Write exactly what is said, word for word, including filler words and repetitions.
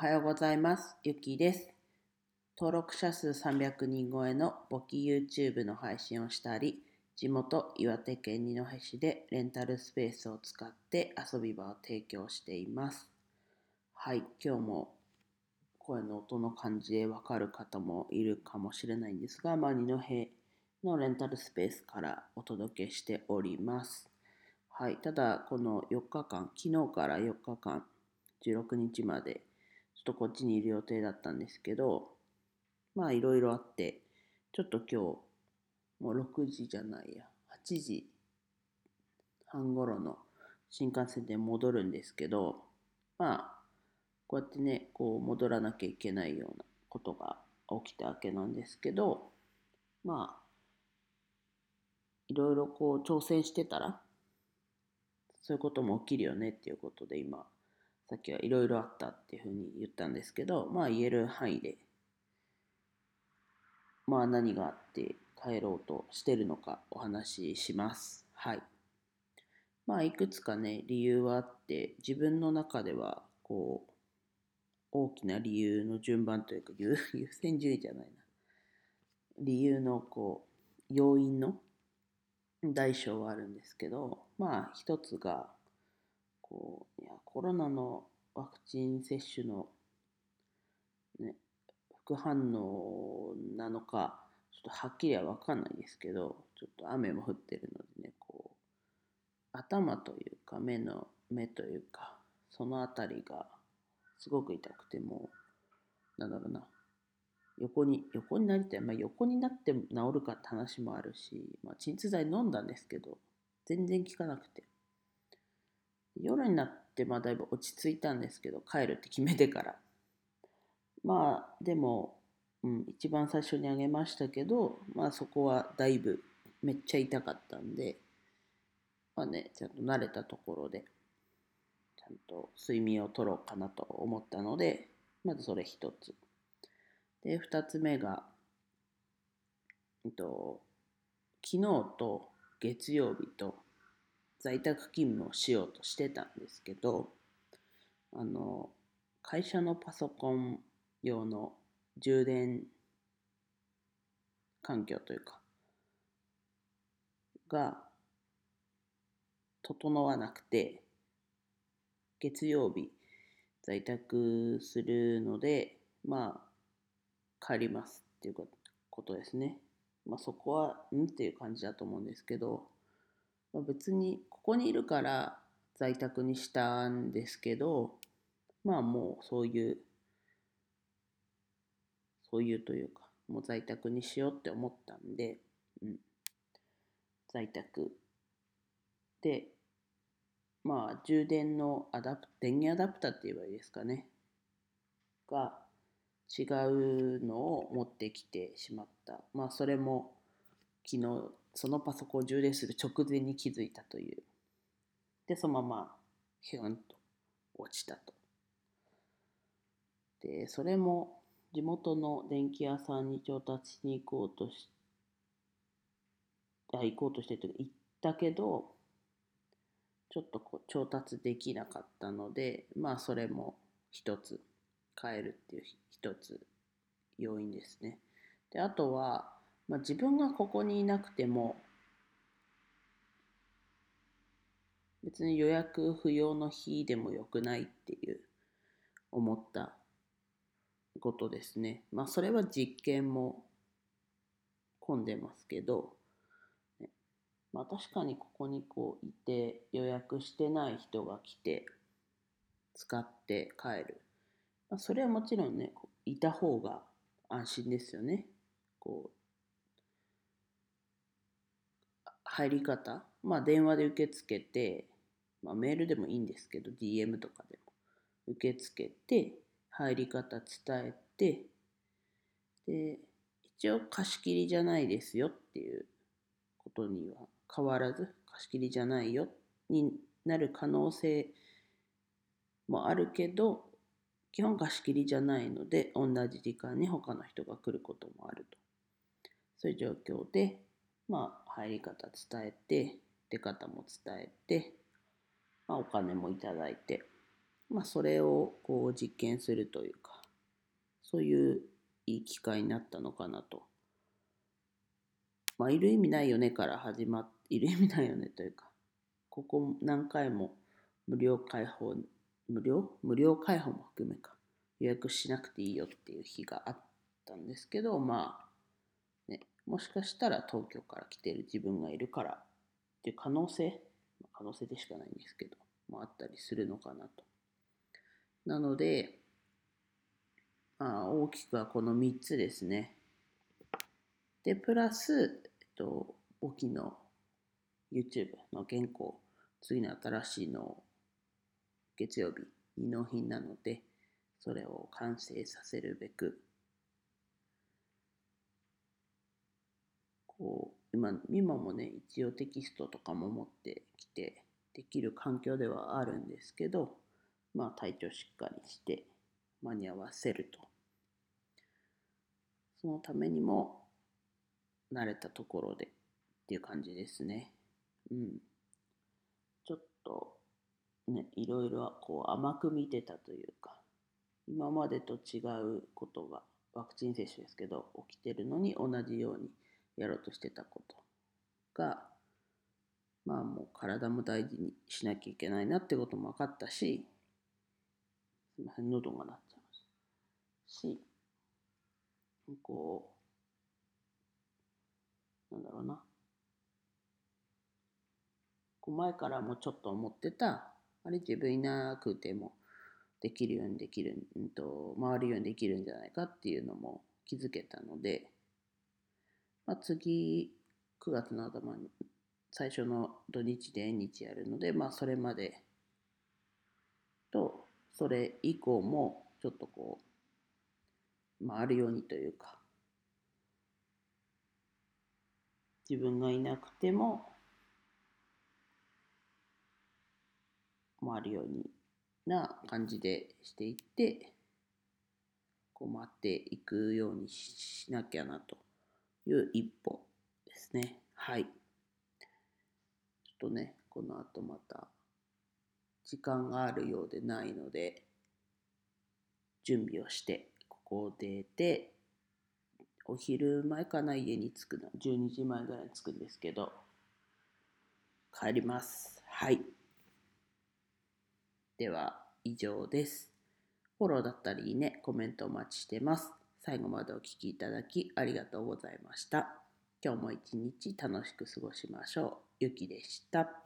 はようございます。ゆきです。登録者数さんびゃくにん超えの簿記 YouTube の配信をしたり、地元岩手県二戸市でレンタルスペースを使って遊び場を提供しています。はい、今日も声の音の感じでわかる方もいるかもしれないんですが、まあ、二戸のレンタルスペースからお届けしております。はい、ただこのよっかかん、昨日からよっかかん、じゅうろくにちまでちょっとこっちにいる予定だったんですけど、まあいろいろあって、ちょっと今日、もうろくじじゃないや、はちじはん頃の新幹線で戻るんですけど、まあ、こうやってね、こう戻らなきゃいけないようなことが起きたわけなんですけど、まあ、いろいろこう挑戦してたら、そういうことも起きるよねっていうことで今、さっきはいろいろあったっていうふうに言ったんですけど、まあ言える範囲でまあ何があって帰ろうとしてるのかお話しします。はい。まあいくつかね、理由はあって、自分の中ではこう、大きな理由の順番というか、優優先順位じゃないな。理由のこう、要因の大小はあるんですけど、まあ一つが、こう、いや、コロナのワクチン接種のね、副反応なのか、ちょっとはっきりは分かんないですけど、ちょっと雨も降ってるのでね、こう、頭というか目の目というか、そのあたりがすごく痛くても、なんだろうな、横に、横になりたい。まあ横になって治るかって話もあるし、まあ鎮痛剤飲んだんですけど、全然効かなくて。夜になってまあだいぶ落ち着いたんですけど、帰るって決めてから。まあでも、うん、一番最初にあげましたけど、まあそこはだいぶめっちゃ痛かったんで、まあね、ちゃんと慣れたところで、ちゃんと睡眠をとろうかなと思ったので、まずそれ一つ。で、二つ目が、えっと、昨日と月曜日と在宅勤務をしようとしてたんですけど、あの、会社のパソコン用の充電環境というか、が整わなくて、月曜日在宅するので、まあ、帰りますっていうことですね。まあそこは、んっていう感じだと思うんですけど、まあ、別にここにいるから在宅にしたんですけど、まあもうそういう、そういうというか、もう在宅にしようって思ったんで、うん、在宅で、まあ充電のアダプ、電源アダプターって言えばいいですかね。が違うのを持ってきてしまった。まあそれも昨日そのパソコンを充電する直前に気づいたという。で、そのままヒュンと落ちたと。で、それも地元の電気屋さんに調達しに行こうとし、あ、行こうとしてというか行ったけど、ちょっとこう調達できなかったので、まあそれも一つ変えるっていう一つ要因ですね。で、あとは、まあ、自分がここにいなくても別に予約不要の日でもよくないっていう思ったことですね。まあそれは実験も混んでますけど、ね、まあ確かにここにこういて予約してない人が来て使って帰る。まあ、それはもちろんね、こういた方が安心ですよね。こう入り方、まあ電話で受け付けて、まあ、メールでもいいんですけど ディーエム とかでも受け付けて入り方伝えて、で一応貸し切りじゃないですよっていうことには変わらず、貸し切りじゃないよになる可能性もあるけど、基本貸し切りじゃないので同じ時間に他の人が来ることもあると、そういう状況で、まあ入り方伝えて出方も伝えて、まあ、お金もいただいて、 まあ、それをこう実験するというか、そういういい機会になったのかなと。まあ、いる意味ないよねから始まって、いる意味ないよねというか、ここ何回も無料開放、無料無料開放も含めか、予約しなくていいよっていう日があったんですけど、まあ、ね、もしかしたら東京から来ている自分がいるからっていう可能性、可能性でしかないんですけど、もあったりするのかなと。なので、まあ、大きくはこのみっつですね。で、プラス、えっと、沖の YouTube の原稿、次の新しいの月曜日に納品なので、それを完成させるべく、こう、今、今もね、一応テキストとかも持ってきて、できる環境ではあるんですけど、まあ、体調しっかりして間に合わせると。そのためにも、慣れたところでっていう感じですね。うん。ちょっと、ね、いろいろこう甘く見てたというか、今までと違うことが、ワクチン接種ですけど、起きてるのに同じようにやろうとしてたことが、まあもう体も大事にしなきゃいけないなってことも分かったし、すみません、喉が鳴っちゃいましたし、こう、なんだろうな、こう前からもちょっと思ってた、あれ自分いなくてもできるようにできる、うんと、回るようにできるんじゃないかっていうのも気づけたので、まあ、次、くがつの頭に、最初の土日で縁日やるので、まあ、それまでと、それ以降も、ちょっとこう、回るようにというか、自分がいなくても回るようにな感じでしていって、こう回っていくようにしなきゃなという一歩ですね。はい。ちょっとね、この後また時間があるようでないので、準備をして、ここを出て、お昼前かな、家に着くの。じゅうにじまえぐらいに着くんですけど、帰ります。はい。では、以上です。フォローだったりね、コメントお待ちしてます。最後までお聞きいただきありがとうございました。今日も一日楽しく過ごしましょう。ゆきでした。